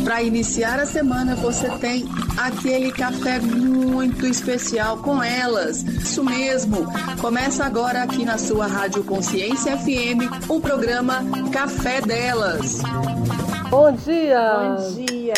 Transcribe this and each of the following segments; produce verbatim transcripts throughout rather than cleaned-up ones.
Para iniciar a semana, você tem aquele café muito especial com elas. Isso mesmo. Começa agora aqui na sua Rádio Consciência F M, o programa Café Delas. Bom dia! Bom dia!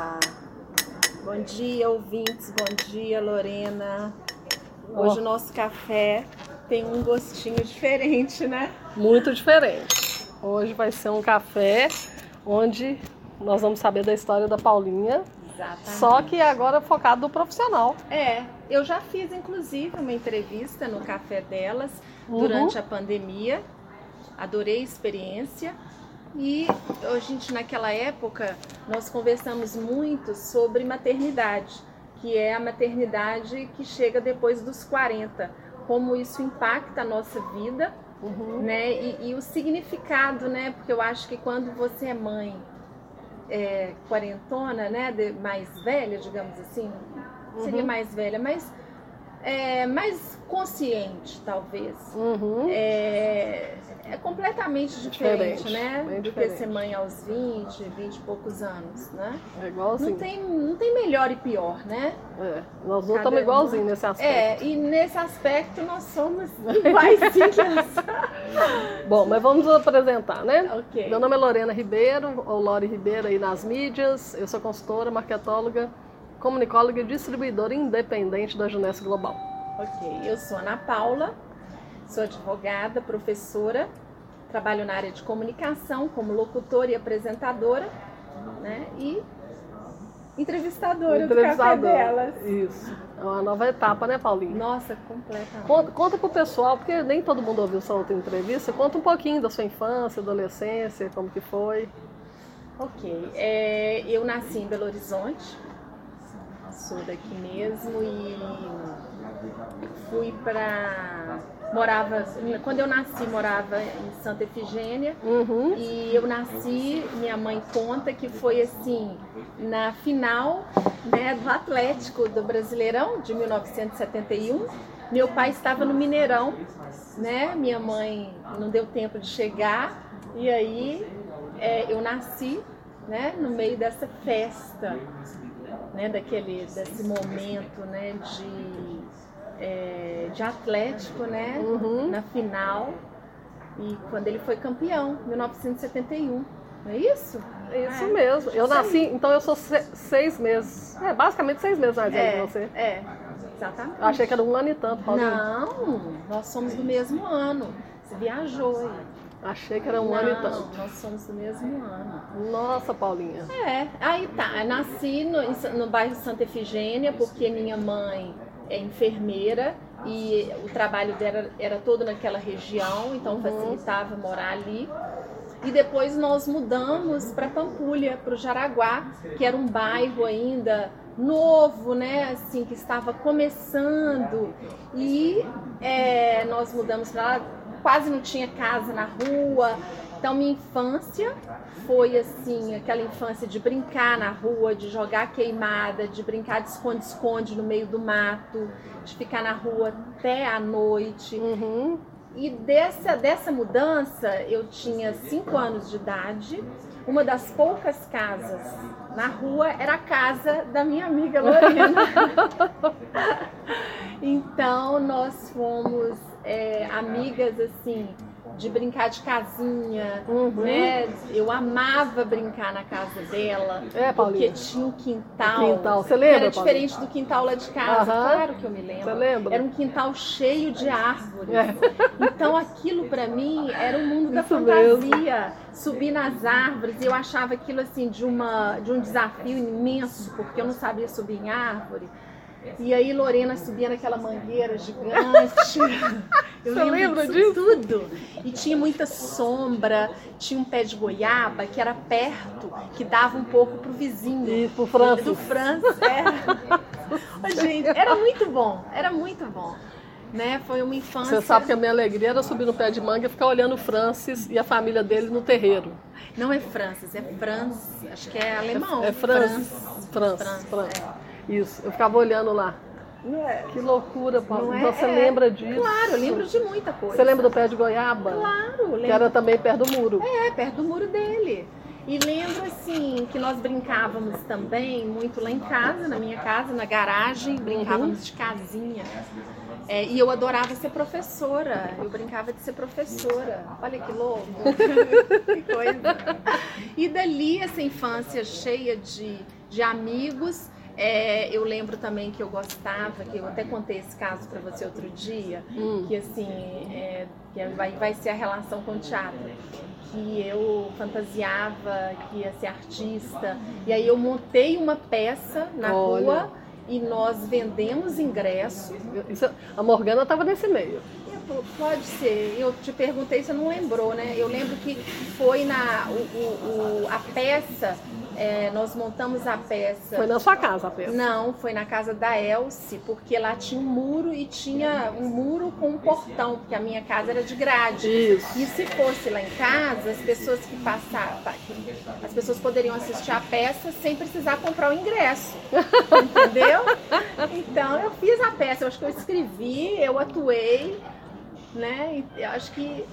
Bom dia, ouvintes. Bom dia, Lorena. Hoje oh. o nosso café tem um gostinho diferente, né? Muito diferente. Hoje vai ser um café onde nós vamos saber da história da Paulinha. Exatamente. Só que agora focado no profissional. É, eu já fiz inclusive uma entrevista no Café Delas uhum. durante a pandemia. Adorei a experiência. E a gente, naquela época, nós conversamos muito sobre maternidade, que é a maternidade que chega depois dos quarenta, como isso impacta a nossa vida, uhum. né? E, e o significado, né? Porque eu acho que quando você é mãe é, quarentona, né? De, mais velha, digamos assim, seria uhum. mais velha, mas é, mais consciente, talvez. Uhum. É, é completamente diferente, diferente né? Do diferente. Que ser mãe aos vinte, vinte e poucos anos, né? É igualzinho. Não tem, não tem melhor e pior, né? É, nós não estamos igualzinhos nesse aspecto. É, e nesse aspecto nós somos iguaizinhos. Bom, mas vamos apresentar, né? Okay. Meu nome é Lorena Ribeiro, ou Lori Ribeiro aí nas mídias. Eu sou consultora, marketóloga, comunicóloga e distribuidora independente da Junesse Global. Ok, eu sou Ana Paula, sou advogada, professora, trabalho na área de comunicação como locutora e apresentadora, né? E entrevistadora, entrevistadora do Café Delas. Isso, é uma nova etapa, né, Paulinha? Nossa, completamente. Conta, conta pro pessoal, porque nem todo mundo ouviu sua outra entrevista, conta um pouquinho da sua infância, adolescência, como que foi. Ok, é, eu nasci em Belo Horizonte, sou daqui mesmo e fui pra... Morava, quando eu nasci, morava em Santa Efigênia uhum. e eu nasci, minha mãe conta que foi assim, na final, né, do Atlético do Brasileirão de mil novecentos e setenta e um, meu pai estava no Mineirão, né, minha mãe não deu tempo de chegar e aí é, eu nasci, né, no meio dessa festa, né, daquele, desse momento, né, de... É, de Atlético, né, uhum. na final, e quando ele foi campeão, mil novecentos e setenta e um, não é isso? É isso é, mesmo, eu nasci, aí. Então eu sou se, seis meses, é, basicamente seis meses mais velha é, que você. É, exatamente. Eu achei que era um ano e tanto, Paulinha. Não, nós somos do mesmo ano, você viajou aí. Achei que era um não, ano e tanto. Nós somos do mesmo ano. Nossa, Paulinha. É, aí tá, eu nasci no, no bairro Santa Efigênia, porque minha mãe é enfermeira e o trabalho dela era todo naquela região, então uhum. facilitava morar ali. E depois nós mudamos para Pampulha, para o Jaraguá, que era um bairro ainda novo, né, assim, que estava começando. E é, nós mudamos para lá, quase não tinha casa na rua. Então minha infância foi assim, aquela infância de brincar na rua, de jogar queimada, de brincar de esconde-esconde no meio do mato, de ficar na rua até a noite. Uhum. E dessa, dessa mudança, eu tinha cinco anos de idade, uma das poucas casas na rua era a casa da minha amiga Lorena. Então nós fomos é, amigas assim, de brincar de casinha, uhum. né? Eu amava brincar na casa dela, é, porque tinha um quintal, quintal. Você lembra, era diferente do quintal lá de casa, uhum. claro que eu me lembro. Você lembra? Era um quintal cheio de árvores, é. Então aquilo pra mim era o mundo da Isso fantasia, mesmo. Subir nas árvores, e eu achava aquilo assim de, uma, de um desafio imenso, porque eu não sabia subir em árvore. E aí Lorena subia naquela mangueira gigante. Eu Você lembra disso? Tudo. E tinha muita sombra, tinha um pé de goiaba que era perto, que dava um pouco pro vizinho. E pro Francis. Do Francis, é. Gente, era muito bom, era muito bom. Né? Foi uma infância... Você sabe que a minha alegria era subir no pé de manga e ficar olhando o Francis e a família dele no terreiro. Não é Francis, é Franz, acho que é alemão. É, é Francis. Francis, Francis, Francis. É. Isso, eu ficava olhando lá. Não é? Que loucura, Paulo. É? Você é. lembra disso? Claro, eu lembro de muita coisa. Você lembra do pé de goiaba? Claro, lembro. Que era também perto do muro. É, perto do muro dele. E lembro, assim, em que nós brincávamos também muito lá em casa, na minha casa, na garagem, brincávamos uhum. de casinha. É, e eu adorava ser professora, eu brincava de ser professora. Olha que louco, que coisa. E dali, essa infância cheia de, de amigos, é, eu lembro também que eu gostava, que eu até contei esse caso para você outro dia, hum. que assim, é, que vai, vai ser a relação com o teatro. Que eu fantasiava que ia ser artista, e aí eu montei uma peça na Olha. rua, e nós vendemos ingressos. Isso, a Morgana estava nesse meio. Pode ser. Eu te perguntei, você não lembrou, né? Eu lembro que foi na o, o, o, a peça, é, nós montamos a peça. Foi na sua casa a peça? Não, foi na casa da Elce, porque lá tinha um muro e tinha um muro com um portão, porque a minha casa era de grade. Isso. E se fosse lá em casa, as pessoas que passavam, as pessoas poderiam assistir a peça sem precisar comprar o ingresso. Entendeu? Então eu fiz a peça, eu acho que eu escrevi, eu atuei, né? Eu acho que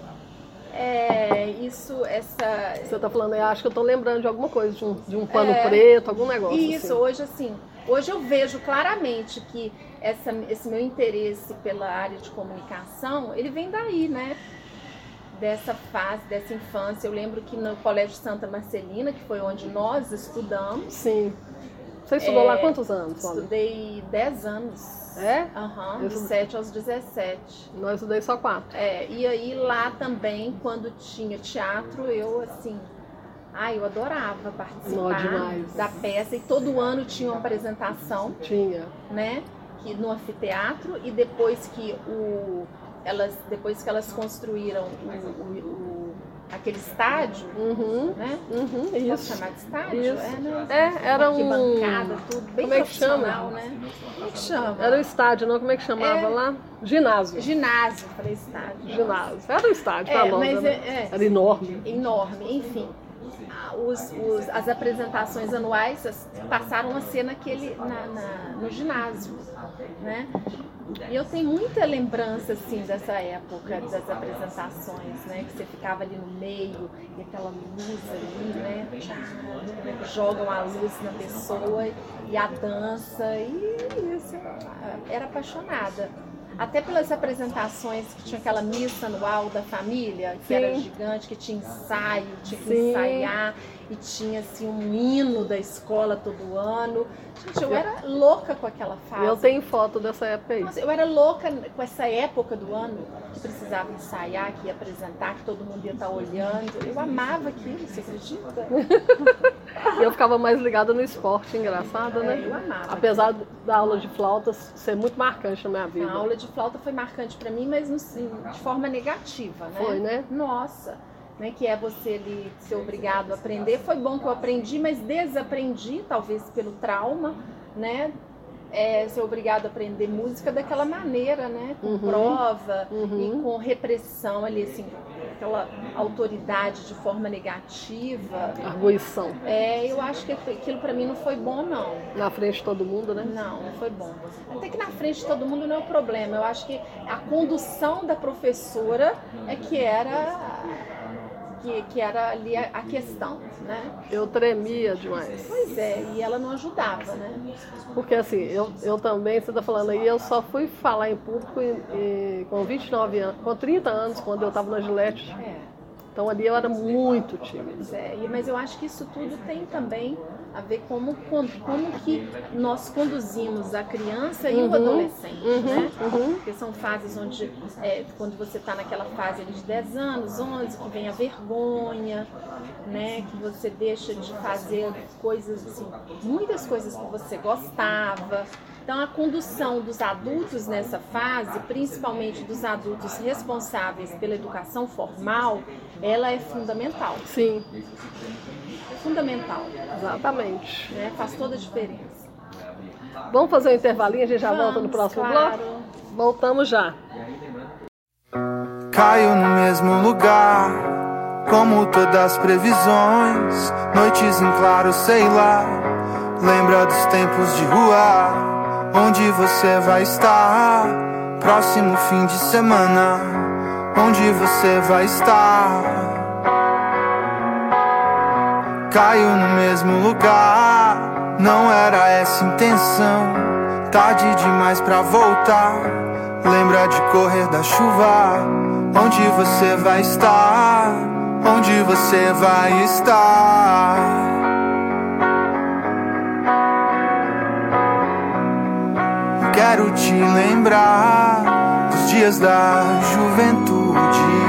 é, isso, essa... Você está falando, eu acho que eu estou lembrando de alguma coisa, de um, de um pano é, preto, algum negócio Isso, assim. hoje assim, hoje eu vejo claramente que essa, esse meu interesse pela área de comunicação, ele vem daí, né? Dessa fase, dessa infância. Eu lembro que no Colégio Santa Marcelina, que foi onde nós estudamos. Sim. Você estudou é, lá quantos anos? Estudei dez anos. É? Aham, uhum, de sete aos dezessete. Nós estudei só quatro. É, e aí lá também, quando tinha teatro, eu assim... Ai, eu adorava participar demais. da peça. E todo ano tinha uma apresentação. Tinha. Né? Que, no anfiteatro. E depois que o... Elas, depois que elas construíram o, o, o, aquele estádio, uhum, né? Uhum, isso. Pode chamar de estádio? Isso. É, né? é, era um... bancada, tudo bem Como é que chama? Né? Como é que chama? Era o estádio, não? Como é que chamava é... lá? Ginásio. Ginásio, falei estádio. Ginásio. Era o estádio, tá é, longe, mas né? é, Era enorme. Enorme, enfim. Os, os, as apresentações anuais passaram a ser naquele, na, na, no ginásio, né? E eu tenho muita lembrança, assim, dessa época, das apresentações, né? Que você ficava ali no meio e aquela luz ali, né? Jogam a luz na pessoa e a dança, e isso, eu era apaixonada. Até pelas apresentações que tinha aquela missa anual da família, que Sim. era gigante, que tinha ensaio, tinha que Sim. ensaiar, e tinha assim um hino da escola todo ano. Gente, eu era louca com aquela fase. Eu tenho foto dessa época aí. Nossa, eu era louca com essa época do ano, que precisava ensaiar, que ia apresentar, que todo mundo ia estar olhando. Eu amava aquilo, você acredita? Eu ficava mais ligada no esporte, engraçado, né? É, eu amava. Apesar da aula de flauta ser muito marcante na minha vida. A aula de flauta foi marcante para mim, mas de forma negativa, né? Foi, né? Nossa, né? Que é você ali ser obrigado a aprender. Foi bom que eu aprendi, mas desaprendi, talvez pelo trauma, né? É, ser obrigado a aprender música daquela maneira, né? Com uhum. prova uhum. e com repressão ali, assim, aquela autoridade de forma negativa. Arguição. É, eu acho que aquilo pra mim não foi bom, não. Na frente de todo mundo, né? Não, não foi bom. Até que na frente de todo mundo não é o problema. Eu acho que a condução da professora é que era... Que, que era ali a, a questão, né? Eu tremia demais. Pois é, e ela não ajudava, né? Porque assim, eu, eu também, você está falando aí, eu só fui falar em público e, e, com vinte e nove anos, com trinta anos, quando eu estava na Gillette. É. Então ali eu era muito tímida. É, mas eu acho que isso tudo tem também a ver como, como que nós conduzimos a criança e uhum, o adolescente, uhum, né? Uhum. Porque são fases onde, é, quando você está naquela fase de dez anos, onze, que vem a vergonha, né? Que você deixa de fazer coisas, assim, muitas coisas que você gostava. Então, a condução dos adultos nessa fase, principalmente dos adultos responsáveis pela educação formal, ela é fundamental. Sim. Fundamental. Exatamente. Né? Faz toda a diferença. Vamos fazer um intervalinho, a gente já Vamos, volta no próximo claro. bloco? Voltamos já. Caio no mesmo lugar, como todas as previsões. Noites em claro, sei lá. Lembra dos tempos de rua, onde você vai estar? Próximo fim de semana, onde você vai estar? Caio no mesmo lugar, não era essa intenção. Tarde demais pra voltar. Lembra de correr da chuva. Onde você vai estar? Onde você vai estar? Quero te lembrar dos dias da juventude.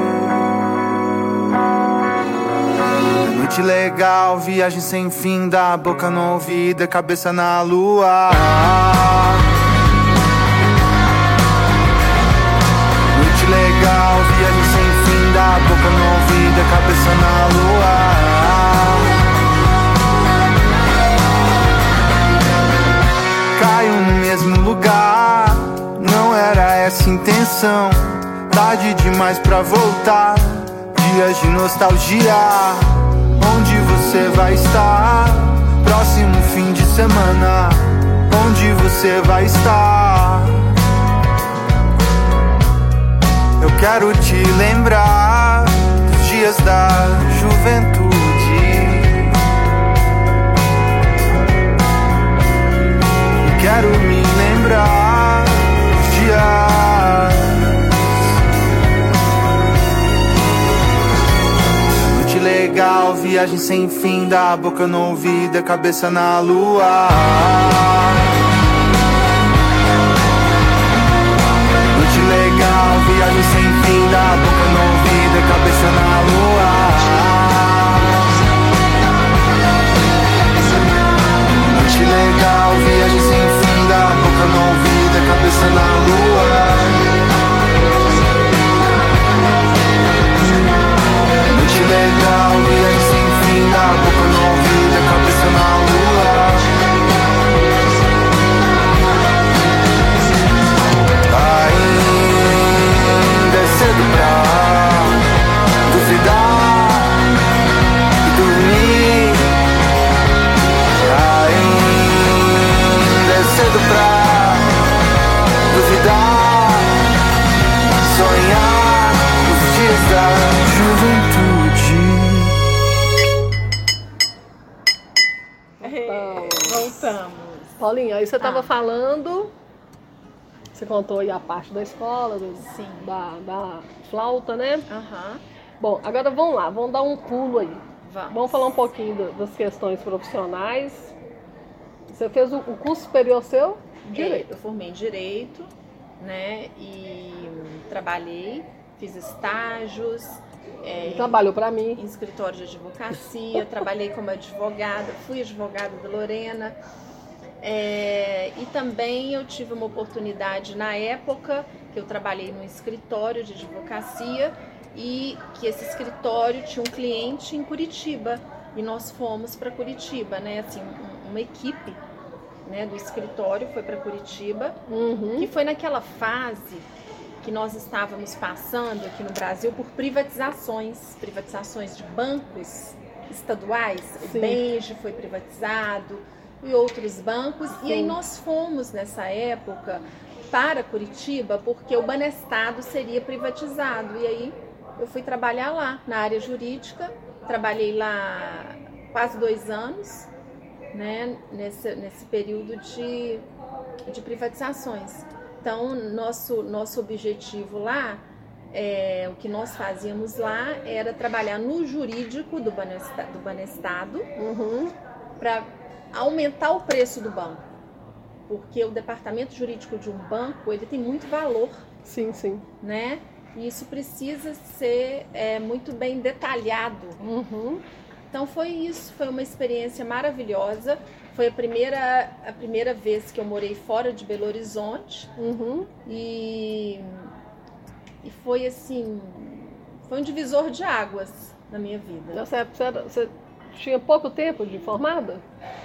Noite legal, viagem sem fim, da boca no ouvido, cabeça na lua. Noite legal, viagem sem fim, da boca no ouvido, cabeça na lua. Caio no mesmo lugar, não era essa intenção. Tarde demais pra voltar, dias de nostalgia. Onde você vai estar? Próximo fim de semana. Onde você vai estar? Eu quero te lembrar dos dias da juventude. Quero me lembrar dos dias. Noite legal, viagem sem fim, da boca no ouvido, cabeça na lua. Noite legal, viagem sem fim, da boca no ouvido, cabeça na lua. Noite legal, viagem sem fim, da boca no ouvido, cabeça na lua. Noite legal, viagem sem fim, da boca no ouvido, cabeça na lua. Ainda é cedo pra duvidar e dormir. Ainda é cedo pra duvidar, sonhar os dias da juventude. Voltamos. Paulinha, aí você estava Ah. falando, você contou aí a parte da escola, do, Sim. da, da flauta, né? Aham. Bom, agora vamos lá, vamos dar um pulo aí. Vamos. Vamos falar um pouquinho do- das questões profissionais. Você fez o, o curso superior seu? Direito. É, eu formei em Direito, né? E trabalhei, fiz estágios. É, Trabalhou para mim. em escritório de advocacia, trabalhei como advogada, fui advogada da Lorena. É, e também eu tive uma oportunidade na época que eu trabalhei num escritório de advocacia e que esse escritório tinha um cliente em Curitiba e nós fomos para Curitiba, né? Assim, um- uma equipe, né, do escritório foi para Curitiba, Uhum. que foi naquela fase que nós estávamos passando aqui no Brasil por privatizações, privatizações de bancos estaduais. Sim. O Benge foi privatizado e outros bancos. E aí Sim. nós fomos nessa época para Curitiba porque o Banestado seria privatizado. E aí eu fui trabalhar lá na área jurídica, trabalhei lá quase dois anos, né, nesse, nesse período de, de privatizações. Então, nosso, nosso objetivo lá, é, o que nós fazíamos lá era trabalhar no jurídico do Banestado, do Banestado Uhum. para aumentar o preço do banco. Porque o departamento jurídico de um banco, ele tem muito valor, Sim, sim. né? E isso precisa ser é, muito bem detalhado. Uhum. Então foi isso, foi uma experiência maravilhosa. Foi a primeira, a primeira vez que eu morei fora de Belo Horizonte Uhum. e, e foi assim, foi um divisor de águas na minha vida. Nessa época você, era- você tinha pouco tempo de formada?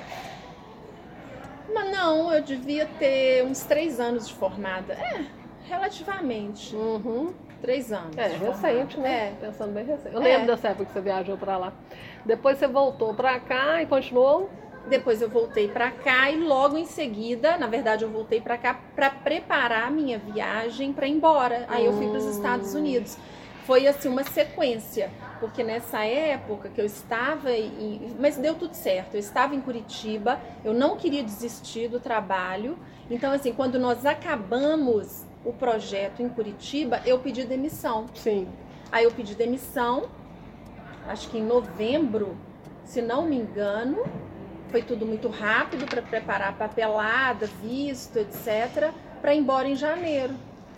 Mas não, eu devia ter uns três anos de formada. É, relativamente. Uhum. Três anos. É, de recente, formada. né? É. Pensando bem recente. Eu É. lembro dessa época que você viajou pra lá. Depois você voltou pra cá e continuou? Depois eu voltei para cá e logo em seguida, na verdade eu voltei para cá para preparar a minha viagem para ir embora. Aí eu fui para os Estados Unidos. foi assim uma sequência, porque nessa época que eu estava, em, mas deu tudo certo, eu estava em Curitiba, eu não queria desistir do trabalho, então assim, quando nós acabamos o projeto em Curitiba, eu pedi demissão. Sim. Aí eu pedi demissão, acho que em novembro, se não me engano, foi tudo muito rápido para preparar a papelada, visto, etcétera, para ir embora em janeiro.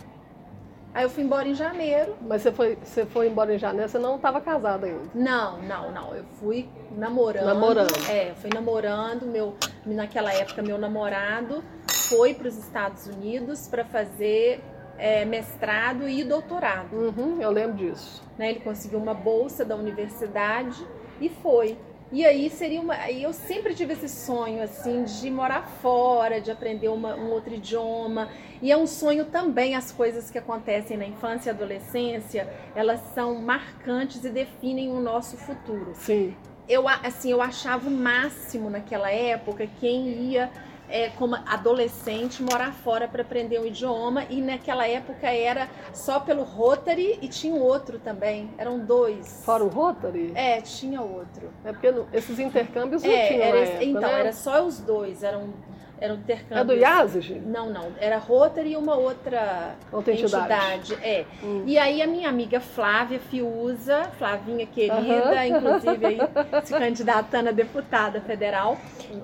Aí eu fui embora em janeiro. Mas você foi, você foi embora em janeiro, você não estava casada ainda? Não, não, não. Eu fui namorando. Namorando. É, eu fui namorando. Meu, naquela época, meu namorado foi para os Estados Unidos para fazer é, mestrado e doutorado. Uhum, eu lembro disso. Né, ele conseguiu uma bolsa da universidade e foi. E aí seria uma. Aí eu sempre tive esse sonho assim de morar fora, de aprender uma, um outro idioma. E é um sonho também, as coisas que acontecem na infância e adolescência, elas são marcantes e definem o nosso futuro. Sim. Eu, assim, eu achava o máximo naquela época quem ia, é, como adolescente, morar fora para aprender um idioma. E naquela época era só pelo Rotary e tinha outro também. Eram dois. Fora o Rotary? É, tinha outro. É porque não, esses intercâmbios não é, tinham era, na época, Então, né? era só os dois. Eram... Era um intercâmbio. É do I A S G? Não, não. Era Rotary e uma outra, outra entidade. entidade. É. Hum. E aí a minha amiga Flávia Fiuza, Flavinha querida, uh-huh. inclusive aí se candidatando a deputada federal,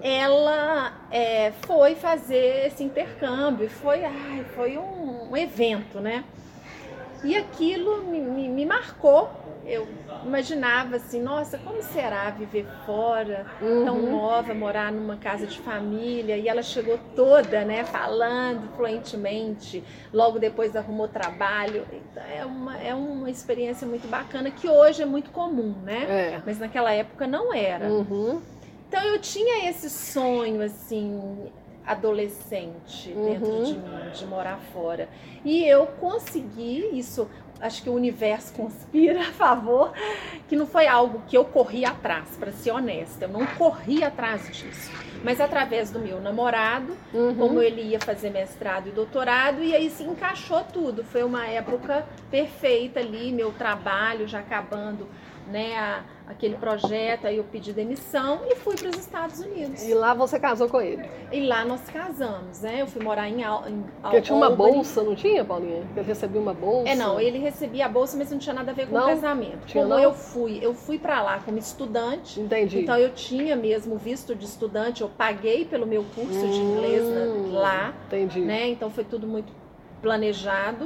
ela é, foi fazer esse intercâmbio. Foi, ai, foi um, um evento, né? E aquilo me, me, me marcou. Eu imaginava assim, nossa, como será viver fora, uhum. tão nova, morar numa casa de família. E ela chegou toda, né, falando fluentemente, logo depois arrumou trabalho. Então, é, uma, é uma experiência muito bacana, que hoje é muito comum, né? É. Mas naquela época não era. Uhum. Então eu tinha esse sonho, assim, adolescente dentro uhum. de mim, de morar fora. E eu consegui isso. Acho que o universo conspira a favor, que não foi algo que eu corri atrás, para ser honesta. Eu não corri atrás disso. Mas através do meu namorado, uhum. como ele ia fazer mestrado e doutorado, e aí se encaixou tudo. Foi uma época perfeita ali, meu trabalho já acabando, né, a, aquele projeto, aí eu pedi demissão e fui para os Estados Unidos. E lá você casou com ele? E lá nós casamos, né? Eu fui morar em, Al, em Porque tinha uma bolsa, não tinha, Paulinha? Ele recebia uma bolsa? É, não, ele recebia a bolsa, mas não tinha nada a ver com não? o casamento. Tinha, como não? eu fui, eu fui para lá como estudante. Entendi. Então eu tinha mesmo visto de estudante, eu paguei pelo meu curso hum, de inglês lá. Entendi. Né? Então foi tudo muito planejado.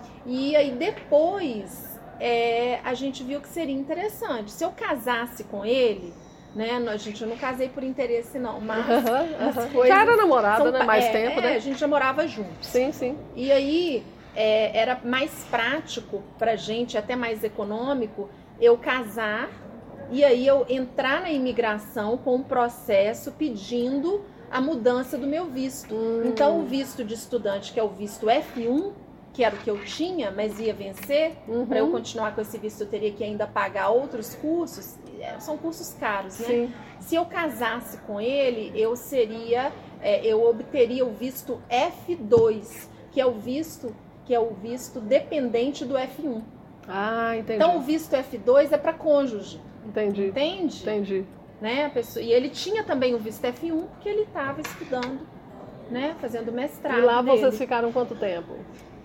E aí depois... É, a gente viu que seria interessante. Se eu casasse com ele, né? A gente, eu não casei por interesse, não, mas uhum, uhum. Já era namorada, né? Mais é, tempo, é, né? A gente já morava juntos. Sim, sim. E aí é, era mais prático pra gente, até mais econômico, eu casar e aí eu entrar na imigração com um processo pedindo a mudança do meu visto. Hum. Então, o visto de estudante, que é o visto F um, que era o que eu tinha, mas ia vencer, uhum. para eu continuar com esse visto eu teria que ainda pagar outros cursos, são cursos caros, né? Sim. Se eu casasse com ele, eu seria, é, eu obteria o visto F dois, que é o visto, que é o visto dependente do F um. Ah, entendi. Então o visto F dois é para cônjuge. Entendi. Entende? Entendi. Né? A pessoa, e ele tinha também o visto F um, porque ele estava estudando, né? Fazendo mestrado. E lá dele. vocês ficaram quanto tempo?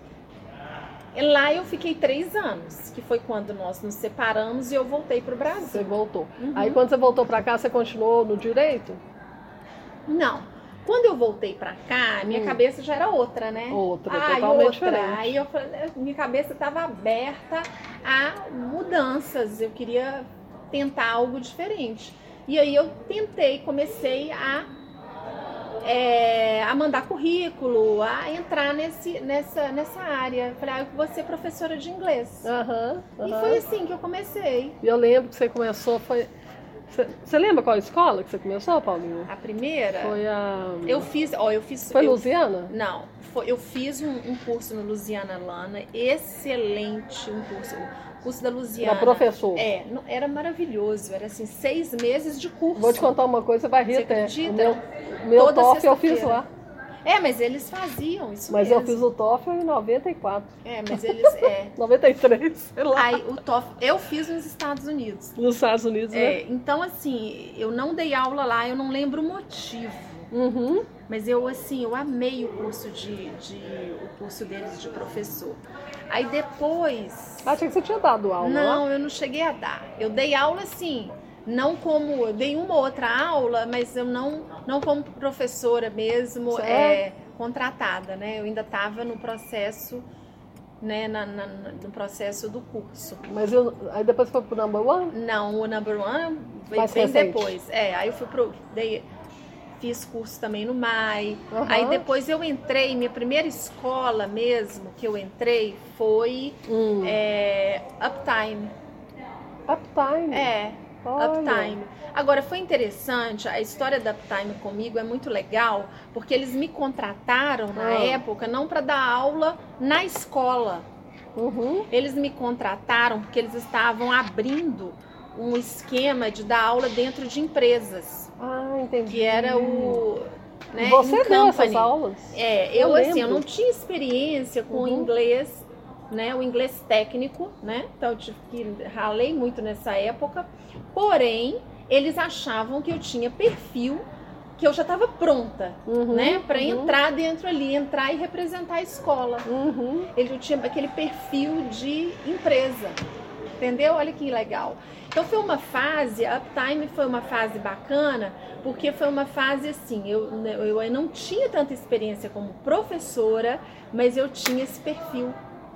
Lá eu fiquei três anos, que foi quando nós nos separamos e eu voltei para o Brasil. Você voltou. Uhum. Aí quando você voltou para cá, você continuou no direito? Não. Quando eu voltei para cá, minha hum. cabeça já era outra, né? Outra, ah, totalmente outra. diferente. Aí eu falei, minha cabeça estava aberta a mudanças. Eu queria tentar algo diferente. E aí eu tentei, comecei a É, a mandar currículo, a entrar nesse, nessa, nessa área. Falei, ah, eu vou ser professora de inglês. Uhum, uhum. E foi assim que eu comecei. E eu lembro que você começou, foi... Você, você lembra qual escola que você começou, Paulinha? A primeira? Foi a... Eu fiz, ó, eu fiz... Foi eu, Lusiana? Não, foi, eu fiz um, um curso no Lusiana Lana, excelente, um curso... O curso da Lusiana. Da professor. É, era maravilhoso, era assim, seis meses de curso. Vou te contar uma coisa, você vai rir você até. Acredita? O meu, meu T O E F L eu fiz lá. É, mas eles faziam isso Mas mesmo. eu fiz o TOEFL em noventa e quatro. É, mas eles... É. noventa e três, sei lá. Aí, o TOEFL, eu fiz nos Estados Unidos. Nos Estados Unidos, É, né? então, assim, eu não dei aula lá, eu não lembro o motivo. Uhum. Mas eu, assim, eu amei o curso de, de o curso deles de professor. Aí depois... Ah, achei que você tinha dado aula Não, lá. eu não cheguei a dar. Eu dei aula, assim, não como... Eu dei uma ou outra aula, mas eu não, não como professora mesmo, Certo. é, contratada, né? Eu ainda estava no processo, né, na, na, no processo do curso. Mas eu, aí depois foi pro number one? Não, o number one veio Mais bem recente. depois. É, aí eu fui pro... Dei, fiz curso também no M A I. Uhum. Aí depois eu entrei, minha primeira escola mesmo que eu entrei foi Hum. é, Uptime. Uptime. É, Olha. Uptime. Agora, foi interessante, a história da Uptime comigo é muito legal, porque eles me contrataram na Ah. época não para dar aula na escola. Uhum. Eles me contrataram porque eles estavam abrindo um esquema de dar aula dentro de empresas. Ah, entendi. Que era o... Né, E você in deu essas company. aulas? É, Eu eu, assim, lembro. eu não tinha experiência com Uhum. o inglês, né, o inglês técnico, né, então eu tive que ralei muito nessa época, porém, eles achavam que eu tinha perfil, que eu já estava pronta, Uhum, né, para uhum. entrar dentro ali, entrar e representar a escola. Uhum. Ele eu tinha aquele perfil de empresa, entendeu? Olha que legal. Então foi uma fase, a Uptime foi uma fase bacana, porque foi uma fase assim, eu, eu não tinha tanta experiência como professora, mas eu tinha esse perfil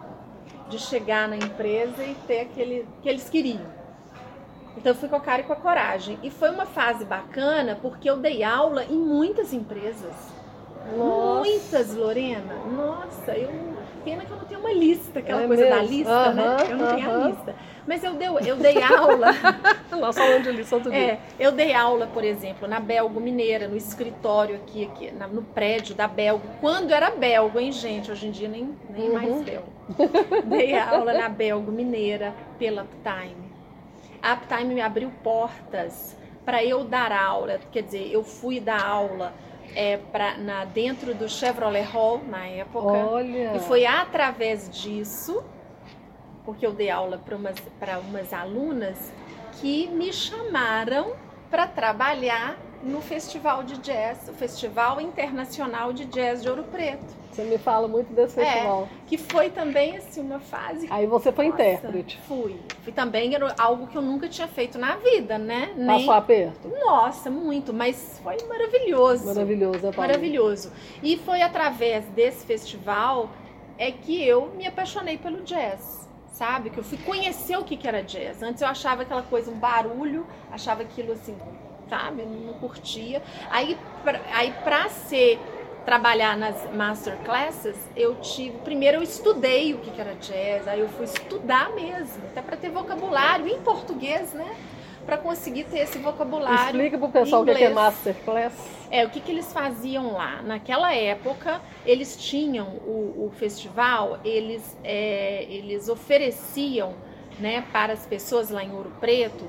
de chegar na empresa e ter aquele que eles queriam. Então eu fui com a cara e com a coragem. E foi uma fase bacana, porque eu dei aula em muitas empresas. Nossa. Muitas, Lorena. Nossa, eu... Pena que eu não tenho uma lista, aquela É coisa da mesmo? lista, Aham, né? Eu não tenho a aham. lista. Mas eu, deu, eu dei aula... Nós falando de lição do dia. É, eu dei aula, por exemplo, na Belgo Mineira, no escritório aqui, aqui na- no prédio da Belgo. Quando era Belgo, hein, gente? Hoje em dia nem, nem Uhum. mais Belgo. Dei aula na Belgo Mineira pela Uptime. A Uptime me abriu portas para eu dar aula. Quer dizer, eu fui dar aula é, pra, na, dentro do Chevrolet Hall, na época. Olha. E foi através disso, porque eu dei aula para umas, para umas alunas, que me chamaram para trabalhar no Festival de Jazz, o Festival Internacional de Jazz de Ouro Preto. Você me fala muito desse festival. É, que foi também assim, uma fase... Aí você foi Nossa, intérprete. Fui. Fui também, era algo que eu nunca tinha feito na vida, né? Nem... Passou aperto? Nossa, muito, mas foi maravilhoso. Maravilhoso, é, Paulo? Maravilhoso. E foi através desse festival é que eu me apaixonei pelo jazz, sabe? Que eu fui conhecer o que que era jazz. Antes eu achava aquela coisa, um barulho, achava aquilo assim, sabe? Não curtia. Aí, pra, aí pra ser... trabalhar nas masterclasses, eu tive... Primeiro eu estudei o que que era jazz, aí eu fui estudar mesmo, até para ter vocabulário em português, né? Para conseguir ter esse vocabulário. Explica pro pessoal o que é inglês. Masterclass. É, o que que eles faziam lá? Naquela época, eles tinham o, o festival, eles, é, eles ofereciam, né, para as pessoas lá em Ouro Preto,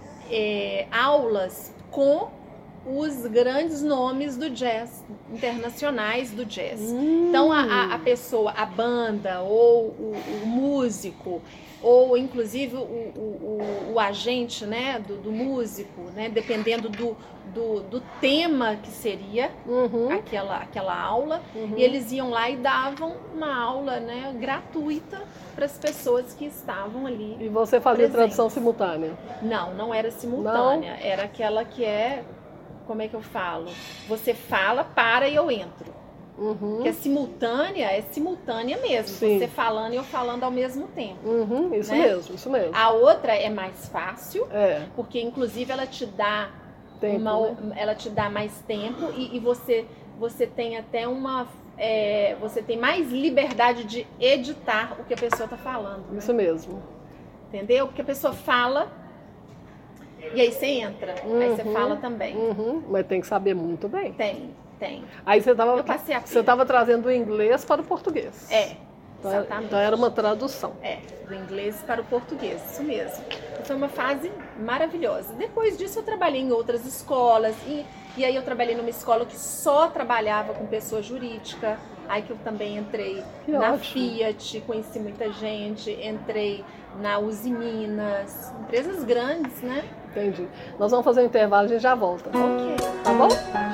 é, aulas com os grandes nomes do jazz, internacionais do jazz. Hum. Então a, a, a pessoa, a banda, ou o, o músico, ou inclusive o, o, o, o agente, né, do, do músico, né, dependendo do, do, do tema que seria Uhum. aquela, aquela aula, Uhum. e eles iam lá e davam uma aula, né, gratuita para as pessoas que estavam ali. E você fazia presentes. tradução simultânea? Não, não era simultânea, era aquela que é, como é que eu falo? Você fala, para e eu entro. Uhum. Porque a simultânea é simultânea mesmo, Sim. você falando e eu falando ao mesmo tempo. Uhum. Isso Né? mesmo, isso mesmo. A outra é mais fácil, É, porque inclusive ela te dá tempo, uma, né? ela te dá mais tempo e, e você, você tem até uma, é, você tem mais liberdade de editar o que a pessoa está falando, né? Isso mesmo. Entendeu? Porque a pessoa fala e aí você entra, aí você Uhum. fala também. Uhum. Mas tem que saber muito bem. Tem, tem. Aí você estava Eu passei a você estava trazendo o inglês para o português. É, Então, exatamente. então era uma tradução. É, do inglês para o português, isso mesmo. foi uma fase maravilhosa. Depois disso eu trabalhei em outras escolas e, e aí eu trabalhei numa escola que só trabalhava com pessoa jurídica. Aí que eu também entrei Que na ótimo. Fiat, conheci muita gente, entrei na Uzi Minas, empresas grandes, né? Entendi. Nós vamos fazer um intervalo, a gente já volta. Ok. Tá bom?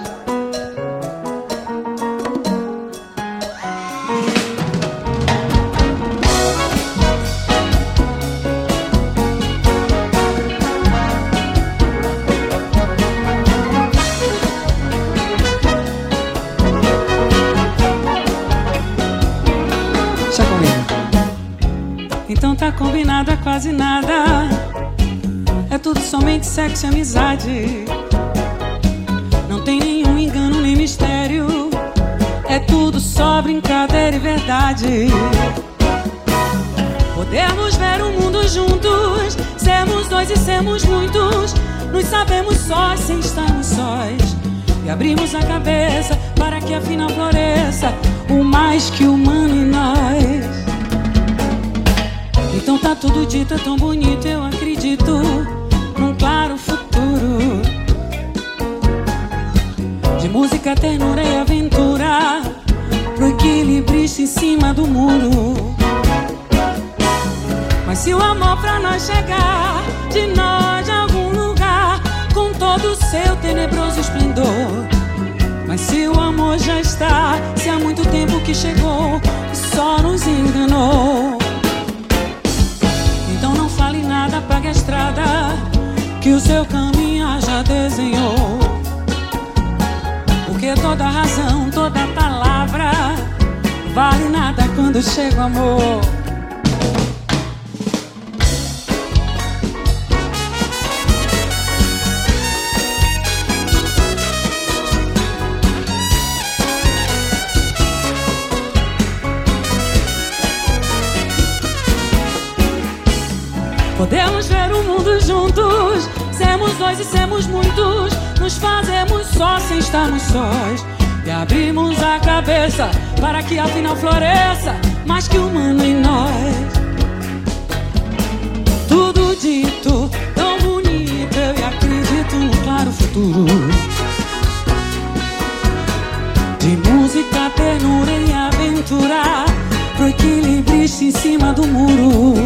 Então tá combinado, é quase nada. É tudo somente sexo e amizade. Não tem nenhum engano nem mistério. É tudo só brincadeira e verdade. Podemos ver o mundo juntos, sermos dois e sermos muitos. Nos sabemos sós sem estarmos sós. E abrimos a cabeça para que afinal floresça o mais que humano em nós. Então tá tudo dito, é tão bonito, eu acredito num claro futuro de música, ternura e aventura pro equilibrista em cima do muro. Mas se o amor pra nós chegar de nós de algum lugar com todo o seu tenebroso esplendor. Mas se o amor já está, se há muito tempo que chegou e só nos enganou. Então não fale nada, pague a estrada que o seu caminho já desenhou. Porque toda razão, toda palavra vale nada quando chega o amor. Podemos ver o mundo juntos, sermos dois e sermos muitos. Nos fazemos só sem estarmos sós. E abrimos a cabeça para que afinal floresça mais que humano em nós. Tudo dito, tão bonito, eu acredito no claro futuro de música, ternura e aventura pro equilibrista em cima do muro.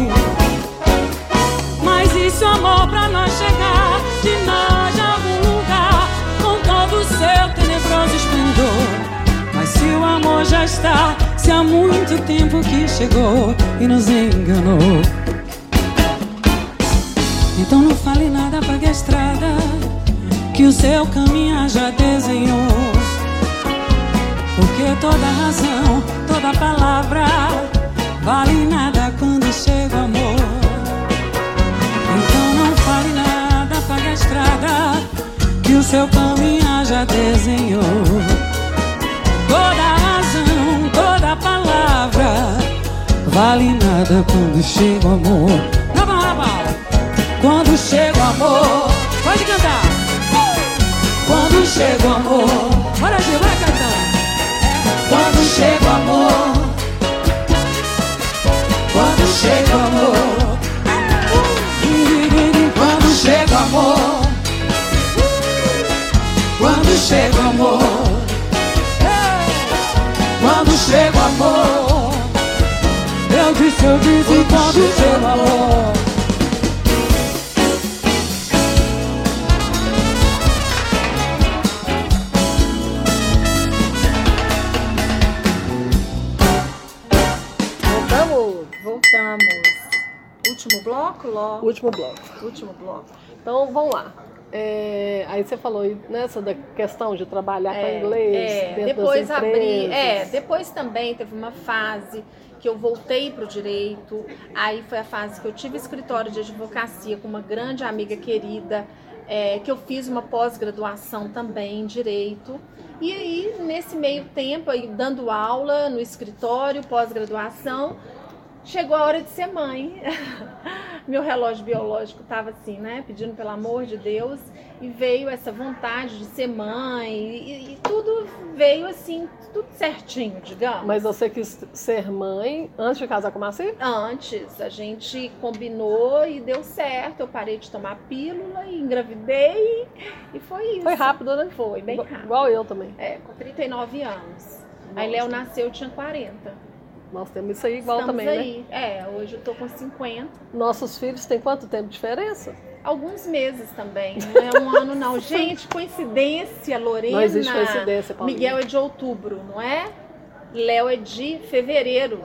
Mas e se o amor pra nós chegar de nós de algum lugar com todo o seu tenebroso esplendor? Mas se o amor já está, se há muito tempo que chegou e nos enganou. Então não fale nada, pague a estrada que o seu caminho já desenhou. Porque toda razão, toda palavra vale nada quando chega o amor. Então não fale nada, pague a estrada que o seu caminho já desenhou. Toda razão, toda palavra vale nada quando chega o amor. Quando chega o amor, pode cantar. Quando chega o amor, bora Gil, vai cantar. Quando chega o amor, quando chega o amor, quando chega o amor, quando chega o amor, quando chega o amor, eu disse, eu disse, quando chega o amor. Voltamos. Último bloco, logo. Último bloco. Último bloco. Então, vamos lá. É, aí você falou nessa da questão de trabalhar com inglês é, dentro depois das abri, empresas. é, depois também teve uma fase que eu voltei para o direito. Aí foi a fase que eu tive escritório de advocacia com uma grande amiga querida, é, que eu fiz uma pós-graduação também em direito. E aí, nesse meio tempo, aí, dando aula no escritório, pós-graduação, chegou a hora de ser mãe. meu relógio biológico estava assim, né, pedindo pelo amor de Deus, e veio essa vontade de ser mãe, e, e tudo veio assim, tudo certinho, digamos. Mas você quis ser mãe antes de casar com o Marci? Antes, a gente combinou e deu certo, eu parei de tomar pílula e engravidei, e foi isso. Foi rápido, né? Foi, bem rápido. Igual eu também. É, com trinta e nove anos. Nossa. Aí Léo nasceu, eu tinha quarenta. Nós temos isso aí igual Estamos também, aí. né? É, hoje eu tô com cinquenta. Nossos filhos têm quanto tempo de diferença? Alguns meses também, não é um ano não. Gente, coincidência, Lorena. Não existe coincidência, Paulinha. Miguel é de outubro, não é? Léo é de fevereiro.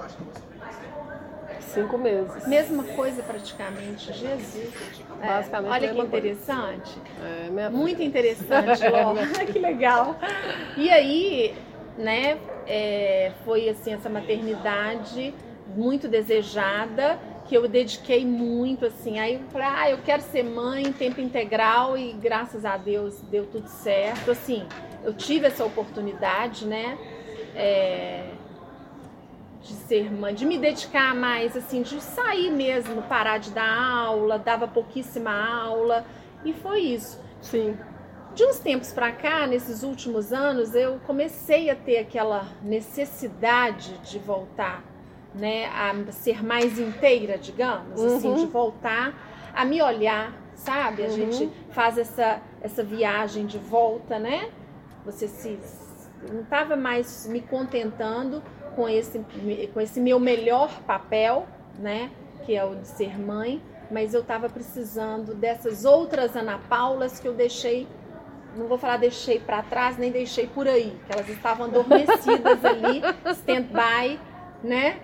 Cinco meses. Mesma coisa praticamente, Jesus. É, Basicamente olha a que mesma coisa. interessante. É, minha Muito interessante, Ló. Que legal. E aí, né, é, foi assim, essa maternidade muito desejada, que eu dediquei muito, assim, aí eu falei, ah, eu quero ser mãe em tempo integral, e graças a Deus deu tudo certo, assim, eu tive essa oportunidade, né, é, de ser mãe, de me dedicar mais, assim, de sair mesmo, parar de dar aula, dava pouquíssima aula, e foi isso. Sim. De uns tempos pra cá, nesses últimos anos, eu comecei a ter aquela necessidade de voltar, né, a ser mais inteira, digamos, uhum. assim, de voltar a me olhar, sabe? A uhum. gente faz essa, essa viagem de volta, né? Você se não estava mais me contentando com esse, com esse meu melhor papel, né? Que é o de ser mãe, mas eu estava precisando dessas outras Ana Paulas que eu deixei, não vou falar deixei para trás, nem deixei por aí, que elas estavam adormecidas ali, stand-by, né?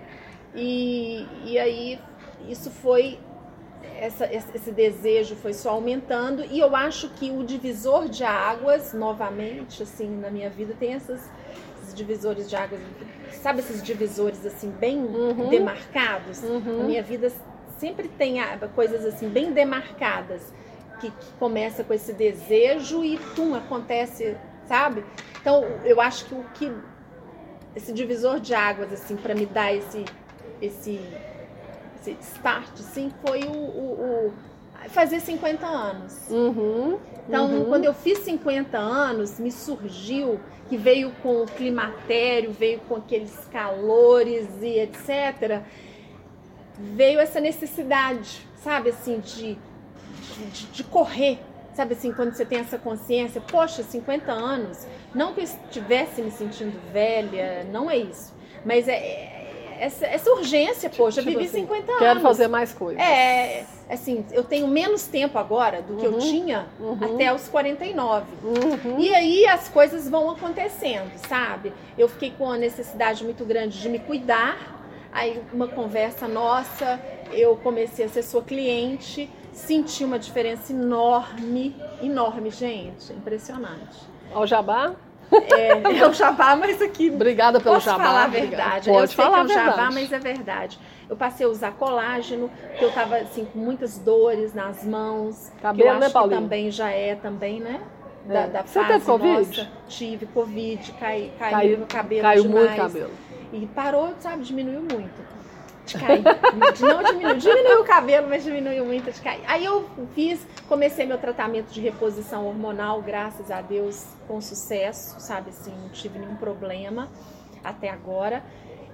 E, e aí isso foi, essa, esse desejo foi só aumentando, e eu acho que o divisor de águas, novamente, assim, na minha vida, tem essas, esses divisores de águas, sabe esses divisores, assim, bem uhum. demarcados? Uhum. Na minha vida sempre tem coisas, assim, bem demarcadas, que, que começa com esse desejo e, tum, acontece, sabe? Então, eu acho que o que, esse divisor de águas, assim, para me dar esse... Esse, esse start, assim, foi o, o, o fazer cinquenta anos. Uhum, então, uhum. quando eu fiz cinquenta anos, me surgiu, que veio com o climatério, veio com aqueles calores e etcétera, veio essa necessidade, sabe, assim, de, de, de correr. Sabe assim, quando você tem essa consciência, poxa, cinquenta anos, não que eu estivesse me sentindo velha, não é isso, mas é... Essa, essa urgência, poxa, eu tipo vivi assim, cinquenta anos. Quero fazer mais coisas. É, assim, eu tenho menos tempo agora do que uhum, eu tinha uhum. até os quarenta e nove. Uhum. E aí as coisas vão acontecendo, sabe? Eu fiquei com uma necessidade muito grande de me cuidar. Aí uma conversa nossa, eu comecei a ser sua cliente, senti uma diferença enorme, enorme, gente, impressionante. Ao jabá? É, é o jabá, mas aqui... Obrigada pelo posso jabá. Posso falar a verdade. Pode eu sei falar que é o jabá, verdade. mas é verdade. Eu passei a usar colágeno, porque eu tava assim, com muitas dores nas mãos. Cabelo, que eu acho né, que Paulinho? também já é, também, né? Da, É. da Você fase teve Covid? nossa. Tive Covid, cai, caiu, Caiu, no cabelo caiu demais. muito cabelo. E parou, sabe, diminuiu muito. De cair. Não diminuiu, diminuiu o cabelo, mas diminuiu muito de cair. Aí eu fiz, comecei meu tratamento de reposição hormonal, graças a Deus, com sucesso, sabe, assim, não tive nenhum problema até agora.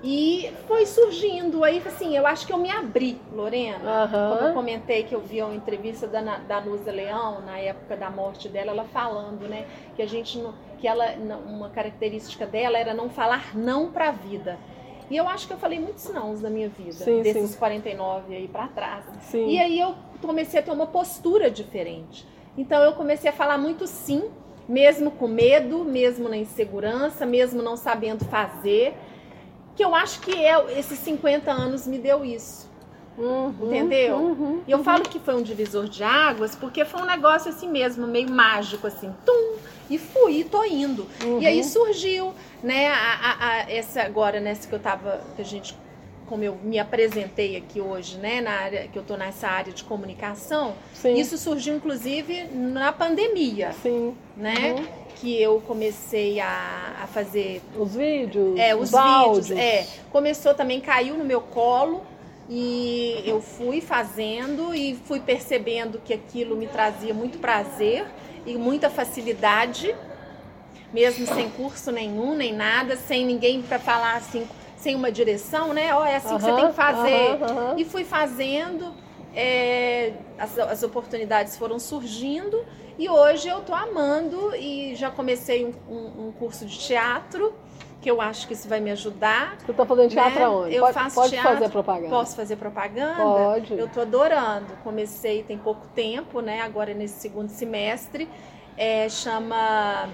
E foi surgindo, aí assim, eu acho que eu me abri, Lorena. Uhum. Como eu comentei que eu vi uma entrevista da, da Nusa Leão, na época da morte dela, ela falando, né, que a gente, não, que ela, uma característica dela era não falar não pra vida. E eu acho que eu falei muitos nãos na minha vida, sim, desses sim. quarenta e nove aí pra trás. Sim. E aí eu comecei a ter uma postura diferente. Então eu comecei a falar muito sim, mesmo com medo, mesmo na insegurança, mesmo não sabendo fazer. Que eu acho que é, esses cinquenta anos me deu isso. Uhum, entendeu? Uhum, e eu uhum. falo que foi um divisor de águas, porque foi um negócio assim mesmo, meio mágico, assim, tum, e fui, e tô indo. Uhum. E aí surgiu, né, a, a, a, essa agora, nessa que eu tava, que a gente, como eu me apresentei aqui hoje, né, na área, que eu tô nessa área de comunicação, Sim. isso surgiu inclusive na pandemia, Sim. né, uhum. que eu comecei a, a fazer... Os vídeos, É, os, os vídeos, áudios. é, começou também, caiu no meu colo, E eu fui fazendo e fui percebendo que aquilo me trazia muito prazer e muita facilidade, mesmo sem curso nenhum, nem nada, sem ninguém para falar assim, sem uma direção, né? Ó, oh, é assim uhum, que você tem que fazer. Uhum, uhum. E fui fazendo, é, as, as oportunidades foram surgindo e hoje eu tô amando e já comecei um, um, um curso de teatro, que eu acho que isso vai me ajudar. Você está fazendo teatro, né? Aonde? Eu pode, faço pode teatro. fazer propaganda? Posso fazer propaganda? Pode. Eu estou adorando. Comecei tem pouco tempo, né? Agora nesse segundo semestre. É, chama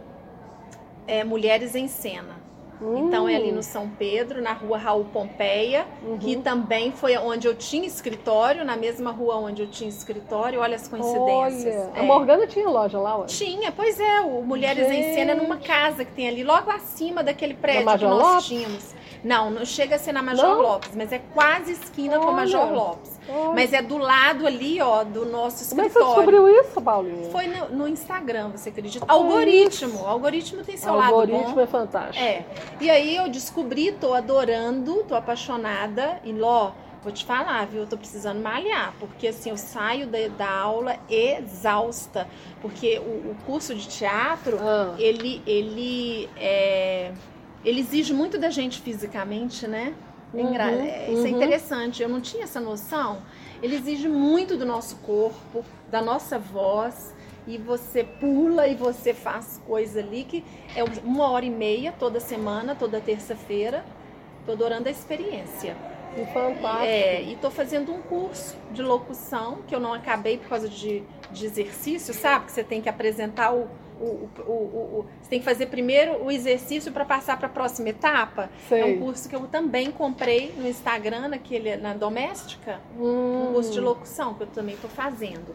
é, Mulheres em Cena. Hum. Então é ali no São Pedro, na rua Raul Pompeia, uhum. que também foi onde eu tinha escritório, na mesma rua onde eu tinha escritório. Olha as coincidências. Olha, é. A Morgana tinha loja lá, ué? Tinha, pois é, o Mulheres Gente. em Cena é numa casa que tem ali, logo acima daquele prédio que nós Lopes? tínhamos. Não, não chega a ser na Major não? Lopes, mas é quase esquina Olha. com a Major Lopes. Olha. Mas é do lado ali, ó, do nosso escritório. Como é que você descobriu isso, Paulinha? Foi no, no Instagram, você acredita? É algoritmo. O algoritmo tem seu algoritmo lado bom. Algoritmo é fantástico. É. E aí eu descobri, tô adorando, tô apaixonada. E Ló, vou te falar, viu? Eu tô precisando malhar, porque assim, eu saio da, da aula exausta. Porque o, o curso de teatro, ah. ele, ele, é, ele exige muito da gente fisicamente, né? Uhum, Isso uhum. é interessante, eu não tinha essa noção. Ele exige muito do nosso corpo, da nossa voz, e você pula e você faz coisa ali que é uma hora e meia toda semana, toda terça-feira. Tô adorando a experiência. Que fantástico. É, e tô fazendo um curso de locução que eu não acabei por causa de, de exercício, sabe? Que você tem que apresentar o O, o, o, o, você tem que fazer primeiro o exercício para passar para a próxima etapa. Sei. É um curso que eu também comprei no Instagram, naquele, na Doméstica, hum. um curso de locução que eu também estou fazendo.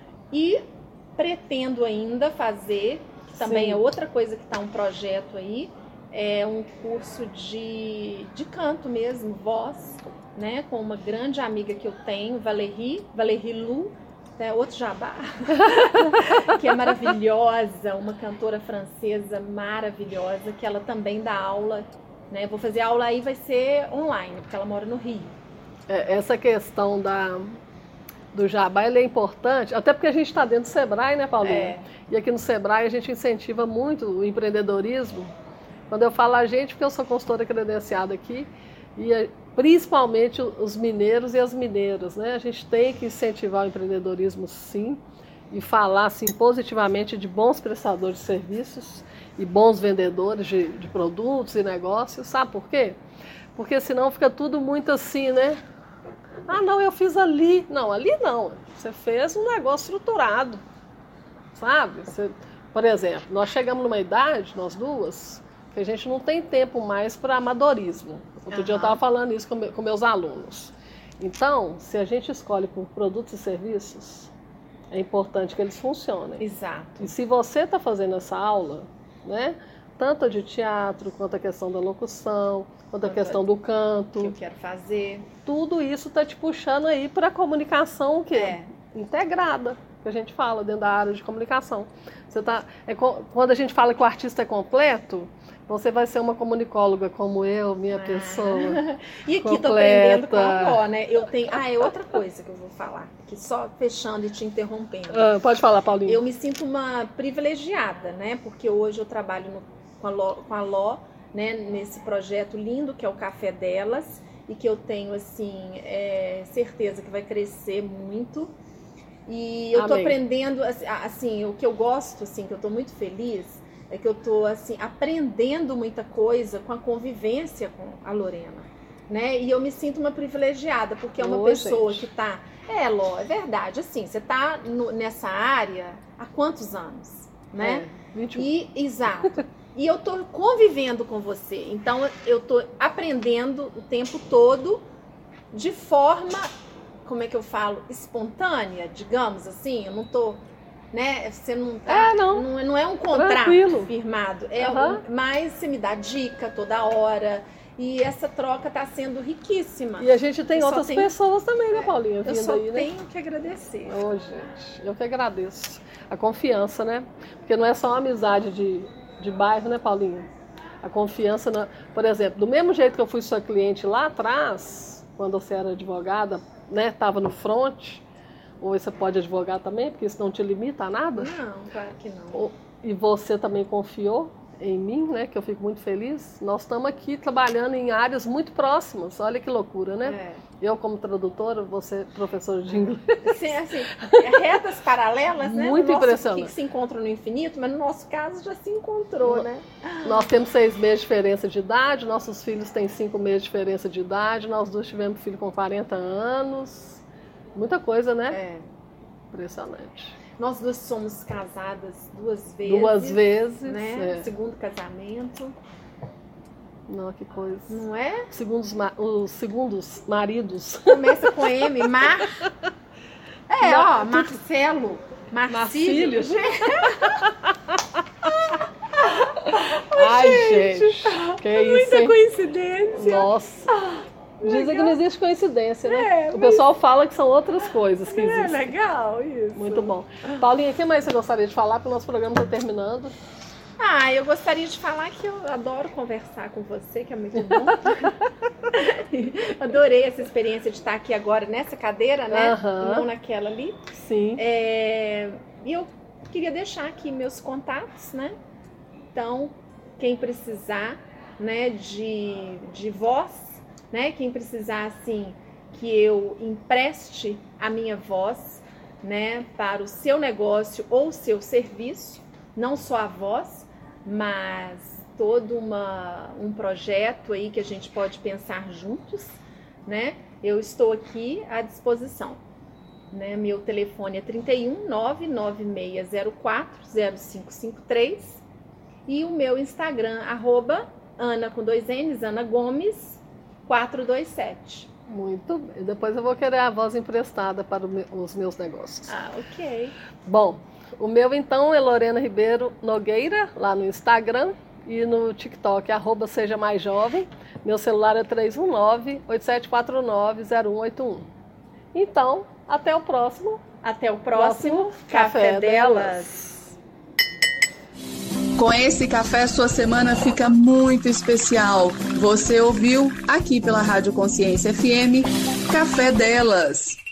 E pretendo ainda fazer, que também Sim. é outra coisa que está um projeto aí, é um curso de, de canto mesmo, voz, né, com uma grande amiga que eu tenho, Valérie, Valérie Lu, é outro jabá, que é maravilhosa, uma cantora francesa maravilhosa, que ela também dá aula, né? Vou fazer aula aí, vai ser online, porque ela mora no Rio. É, essa questão da, do jabá, ele é importante, até porque a gente está dentro do Sebrae, né, Paulinha? É. E aqui no Sebrae a gente incentiva muito o empreendedorismo. Quando eu falo a gente, porque eu sou consultora credenciada aqui, e principalmente os mineiros e as mineiras, né? A gente tem que incentivar o empreendedorismo, sim, e falar assim, positivamente de bons prestadores de serviços e bons vendedores de, de produtos e negócios. Sabe por quê? Porque senão fica tudo muito assim, né? Ah, não, eu fiz ali. Não, ali não. Você fez um negócio estruturado, sabe? Você, por exemplo, nós chegamos numa idade, nós duas, que a gente não tem tempo mais para amadorismo. Outro uhum. dia eu estava falando isso com, me, com meus alunos. Então, se a gente escolhe por produtos e serviços, é importante que eles funcionem. Exato. E se você está fazendo essa aula, né, tanto a de teatro, quanto a questão da locução, quanto a questão do canto, que eu quero fazer, tudo isso está te puxando aí para a comunicação que é. integrada, que a gente fala dentro da área de comunicação. Você tá, é, quando a gente fala que o artista é completo, você vai ser uma comunicóloga como eu, minha ah. pessoa. E aqui completa. Tô aprendendo com a Ló, né? Eu tenho. Ah, é outra coisa que eu vou falar, que só fechando e te interrompendo. Ah, pode falar, Paulinha. Eu me sinto uma privilegiada, né? Porque hoje eu trabalho no, com a Ló, com a Ló, né? Nesse projeto lindo que é o Café Delas, e que eu tenho assim é, certeza que vai crescer muito. E eu Amém. tô aprendendo, assim, o que eu gosto, assim, que eu tô muito feliz, é que eu tô, assim, aprendendo muita coisa com a convivência com a Lorena, né? E eu me sinto uma privilegiada, porque é uma Ô, pessoa gente. que tá... É, Ló, é verdade, assim, você tá no, nessa área há quantos anos, né? É, vinte e um. E, exato. E eu tô convivendo com você, então eu tô aprendendo o tempo todo de forma... como é que eu falo, espontânea, digamos assim, eu não tô, né, você não tá, é, não. Não, não é um contrato Tranquilo. firmado, é uhum. um, mas você me dá dica toda hora, e essa troca tá sendo riquíssima. E a gente tem eu outras tenho, pessoas também, né, Paulinha, eu vindo só aí, né? tenho que agradecer. Ô, gente, eu que agradeço. A confiança, né, porque não é só uma amizade de, de bairro, né, Paulinha? A confiança, na... por exemplo, do mesmo jeito que eu fui sua cliente lá atrás, quando você era advogada, né, estava no front, ou você pode advogar também, porque isso não te limita a nada? Não, claro que não. E você também confiou em mim, né, que eu fico muito feliz. Nós estamos aqui trabalhando em áreas muito próximas, olha que loucura, né? É. Eu como tradutora, você professora de inglês. Sim, assim, retas paralelas, né? Muito no nosso, impressionante. que se encontram no infinito, mas no nosso caso já se encontrou, no, né? Nós temos seis meses de diferença de idade, nossos filhos têm cinco meses de diferença de idade, nós dois tivemos filho com quarenta anos, muita coisa, né? É. Impressionante. Nós duas somos casadas duas vezes. Duas vezes, né? é. Segundo casamento. Não, que coisa. Não é? Segundos, os segundos maridos. Começa com M, Mar. É, Mar... ó, Marcelo. Marcílio. Marcílio. Ai, gente. Que é isso, Muita hein? coincidência. Nossa. Dizem Legal. que não existe coincidência, né? É, o mas... pessoal fala que são outras coisas que É existem. legal isso. Muito bom. Paulinha, o que mais você gostaria de falar? Porque o nosso programa está terminando. Ah, eu gostaria de falar que eu adoro conversar com você, que é muito bom. Adorei essa experiência de estar aqui agora nessa cadeira, né? Uhum. Não naquela ali. Sim. É... E eu queria deixar aqui meus contatos, né? Então, quem precisar, né, de, de voz, né? Quem precisar, assim, que eu empreste a minha voz, né, para o seu negócio ou o seu serviço, não só a voz, mas todo uma, um projeto aí que a gente pode pensar juntos, né? Eu estou aqui à disposição, né? Meu telefone é trinta e um, nove nove seis zero quatro, zero cinco cinco três e o meu Instagram, arroba Ana com dois N's, Ana Gomes quatrocentos e vinte e sete. Muito bem. Depois eu vou querer a voz emprestada para os meus negócios. Ah, ok. Bom, o meu então é Lorena Ribeiro Nogueira, lá no Instagram e no TikTok, arroba Seja Mais Jovem. Meu celular é três um nove, oito sete quatro nove, zero um oito um. Então, até o próximo. Até o próximo, próximo Café, Café Delas. Delas. Com esse café, sua semana fica muito especial. Você ouviu aqui pela Rádio Consciência F M, Café Delas.